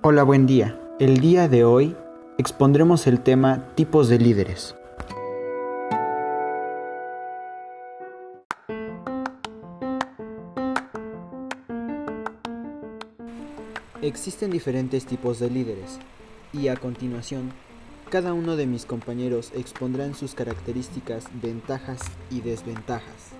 Hola, buen día. El día de hoy expondremos el tema tipos de líderes. Existen diferentes tipos de líderes y a continuación, cada uno de mis compañeros expondrán sus características, ventajas y desventajas.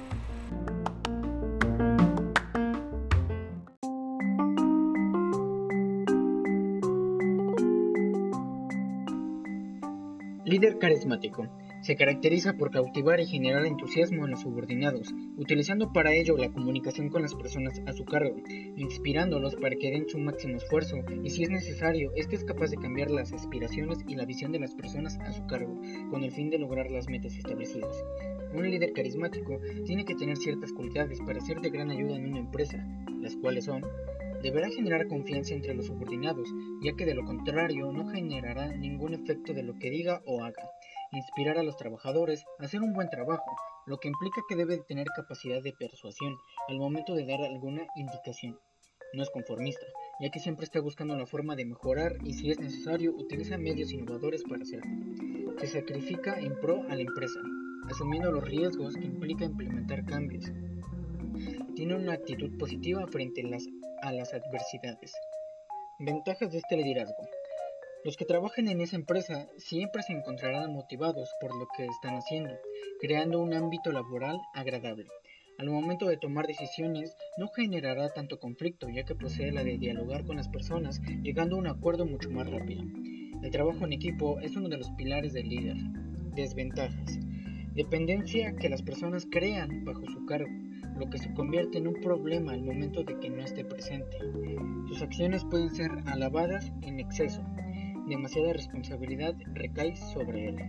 Líder carismático. Se caracteriza por cautivar y generar entusiasmo en los subordinados, utilizando para ello la comunicación con las personas a su cargo, inspirándolos para que den su máximo esfuerzo y si es necesario, este es capaz de cambiar las aspiraciones y la visión de las personas a su cargo, con el fin de lograr las metas establecidas. Un líder carismático tiene que tener ciertas cualidades para ser de gran ayuda en una empresa, las cuales son: deberá generar confianza entre los subordinados, ya que de lo contrario no generará ningún efecto de lo que diga o haga. Inspirar a los trabajadores a hacer un buen trabajo, lo que implica que debe tener capacidad de persuasión al momento de dar alguna indicación. No es conformista, ya que siempre está buscando la forma de mejorar y si es necesario utiliza medios innovadores para hacerlo. Se sacrifica en pro a la empresa, asumiendo los riesgos que implica implementar cambios. Tiene una actitud positiva frente a las adversidades. Ventajas de este liderazgo. Los que trabajan en esa empresa siempre se encontrarán motivados por lo que están haciendo, creando un ámbito laboral agradable. Al momento de tomar decisiones no generará tanto conflicto, ya que posee la de dialogar con las personas, llegando a un acuerdo mucho más rápido. El trabajo en equipo es uno de los pilares del líder. Desventajas. Dependencia que las personas crean bajo su cargo, lo que se convierte en un problema al momento de que no esté presente. Sus acciones pueden ser alabadas en exceso. Demasiada responsabilidad recae sobre él.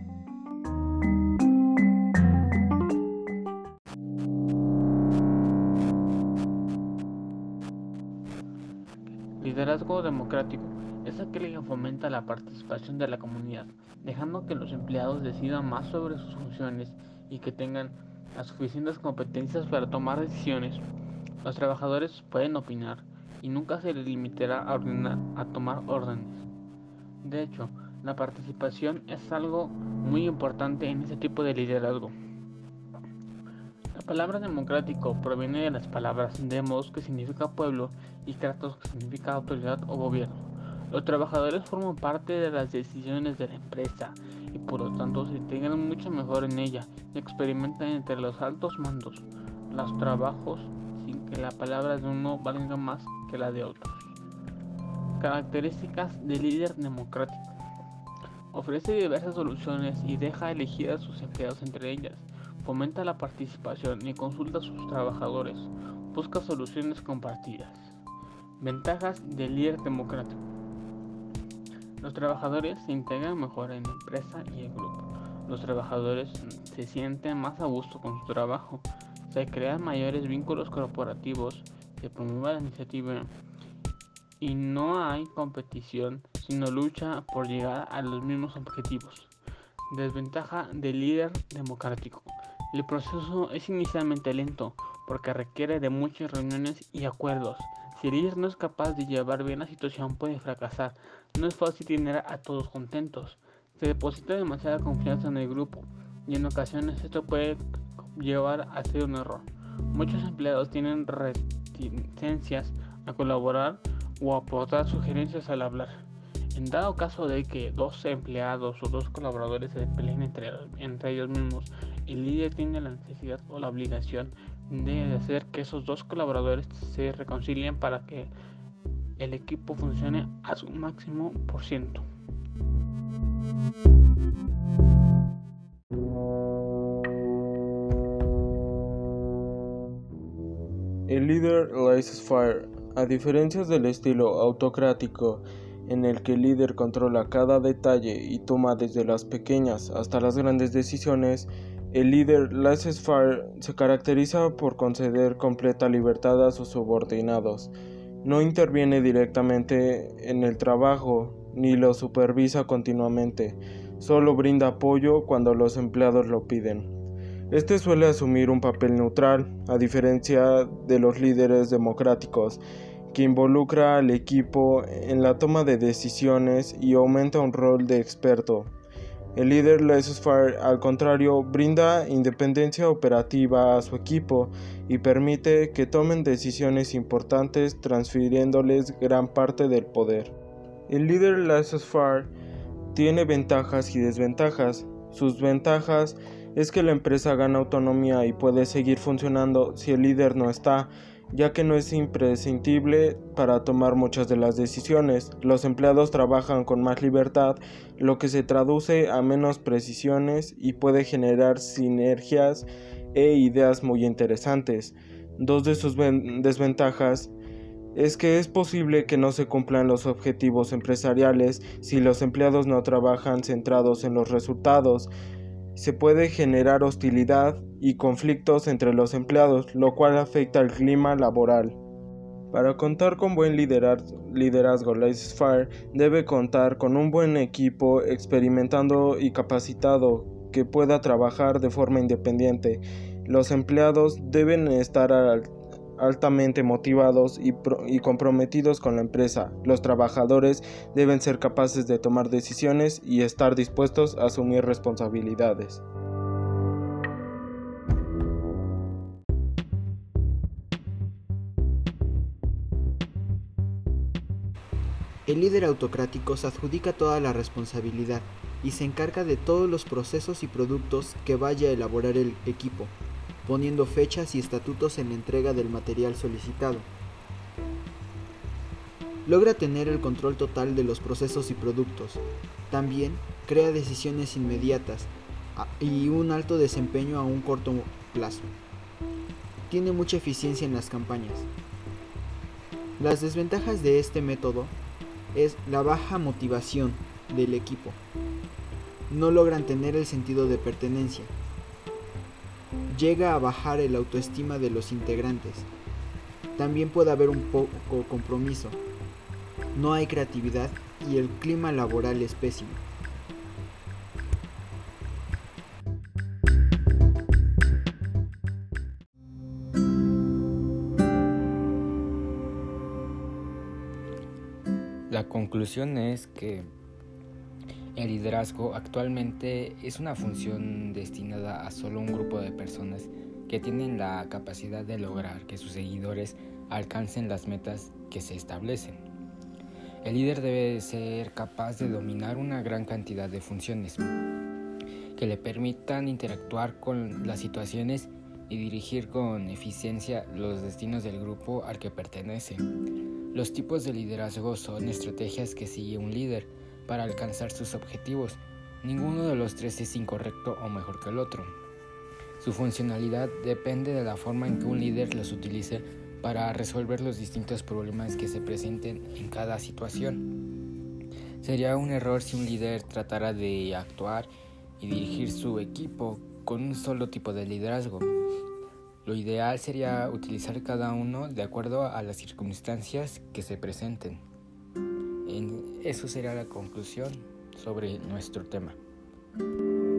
Liderazgo democrático es aquel que fomenta la participación de la comunidad, dejando que los empleados decidan más sobre sus funciones y que tengan las suficientes competencias para tomar decisiones. Los trabajadores pueden opinar y nunca se les limitará a tomar órdenes. De hecho, la participación es algo muy importante en este tipo de liderazgo. La palabra democrático proviene de las palabras demos, que significa pueblo, y kratos, que significa autoridad o gobierno. Los trabajadores forman parte de las decisiones de la empresa y por lo tanto se integran mucho mejor en ella y experimentan entre los altos mandos los trabajos sin que la palabra de uno valga más que la de otros. Características del líder democrático. Ofrece diversas soluciones y deja elegir a sus empleados entre ellas. Fomenta la participación y consulta a sus trabajadores. Busca soluciones compartidas. Ventajas del líder democrático. Los trabajadores se integran mejor en la empresa y el grupo. Los trabajadores se sienten más a gusto con su trabajo. Se crean mayores vínculos corporativos. Se promueve la iniciativa y no hay competición, sino lucha por llegar a los mismos objetivos. Desventaja del líder democrático. El proceso es inicialmente lento porque requiere de muchas reuniones y acuerdos. Si el líder no es capaz de llevar bien la situación, puede fracasar. No es fácil tener a todos contentos. Se deposita demasiada confianza en el grupo y en ocasiones esto puede llevar a ser un error. Muchos empleados tienen reticencias a colaborar o aportar sugerencias al hablar. En dado caso de que dos empleados o dos colaboradores se peleen entre ellos mismos, el líder tiene la necesidad o la obligación de hacer que esos dos colaboradores se reconcilien para que el equipo funcione a su máximo %. El líder laissez-faire, a diferencia del estilo autocrático, en el que el líder controla cada detalle y toma desde las pequeñas hasta las grandes decisiones, el líder laissez-faire se caracteriza por conceder completa libertad a sus subordinados. No interviene directamente en el trabajo ni lo supervisa continuamente, solo brinda apoyo cuando los empleados lo piden. Este suele asumir un papel neutral, a diferencia de los líderes democráticos, que involucra al equipo en la toma de decisiones y aumenta un rol de experto. El líder laissez-faire, al contrario, brinda independencia operativa a su equipo y permite que tomen decisiones importantes, transfiriéndoles gran parte del poder. El líder laissez-faire tiene ventajas y desventajas. Sus ventajas es que la empresa gana autonomía y puede seguir funcionando si el líder no está, ya que no es imprescindible para tomar muchas de las decisiones. Los empleados trabajan con más libertad, lo que se traduce a menos precisiones y puede generar sinergias e ideas muy interesantes. Dos de sus desventajas es que es posible que no se cumplan los objetivos empresariales si los empleados no trabajan centrados en los resultados. Se puede generar hostilidad y conflictos entre los empleados, lo cual afecta al clima laboral. Para contar con buen liderazgo laissez-faire, debe contar con un buen equipo experimentado y capacitado que pueda trabajar de forma independiente. Los empleados deben estar altamente motivados y comprometidos con la empresa. Los trabajadores deben ser capaces de tomar decisiones y estar dispuestos a asumir responsabilidades. El líder autocrático se adjudica toda la responsabilidad y se encarga de todos los procesos y productos que vaya a elaborar el equipo, poniendo fechas y estatutos en la entrega del material solicitado. Logra tener el control total de los procesos y productos. También crea decisiones inmediatas y un alto desempeño a un corto plazo. Tiene mucha eficiencia en las campañas. Las desventajas de este método es la baja motivación del equipo. No logran tener el sentido de pertenencia. Llega a bajar el autoestima de los integrantes. También puede haber un poco compromiso. No hay creatividad y el clima laboral es pésimo. La conclusión es que el liderazgo actualmente es una función destinada a solo un grupo de personas que tienen la capacidad de lograr que sus seguidores alcancen las metas que se establecen. El líder debe ser capaz de dominar una gran cantidad de funciones que le permitan interactuar con las situaciones y dirigir con eficiencia los destinos del grupo al que pertenece. Los tipos de liderazgo son estrategias que sigue un líder para alcanzar sus objetivos. Ninguno de los tres es incorrecto o mejor que el otro. Su funcionalidad depende de la forma en que un líder los utilice para resolver los distintos problemas que se presenten en cada situación. Sería un error si un líder tratara de actuar y dirigir su equipo con un solo tipo de liderazgo. Lo ideal sería utilizar cada uno de acuerdo a las circunstancias que se presenten. Eso será la conclusión sobre nuestro tema.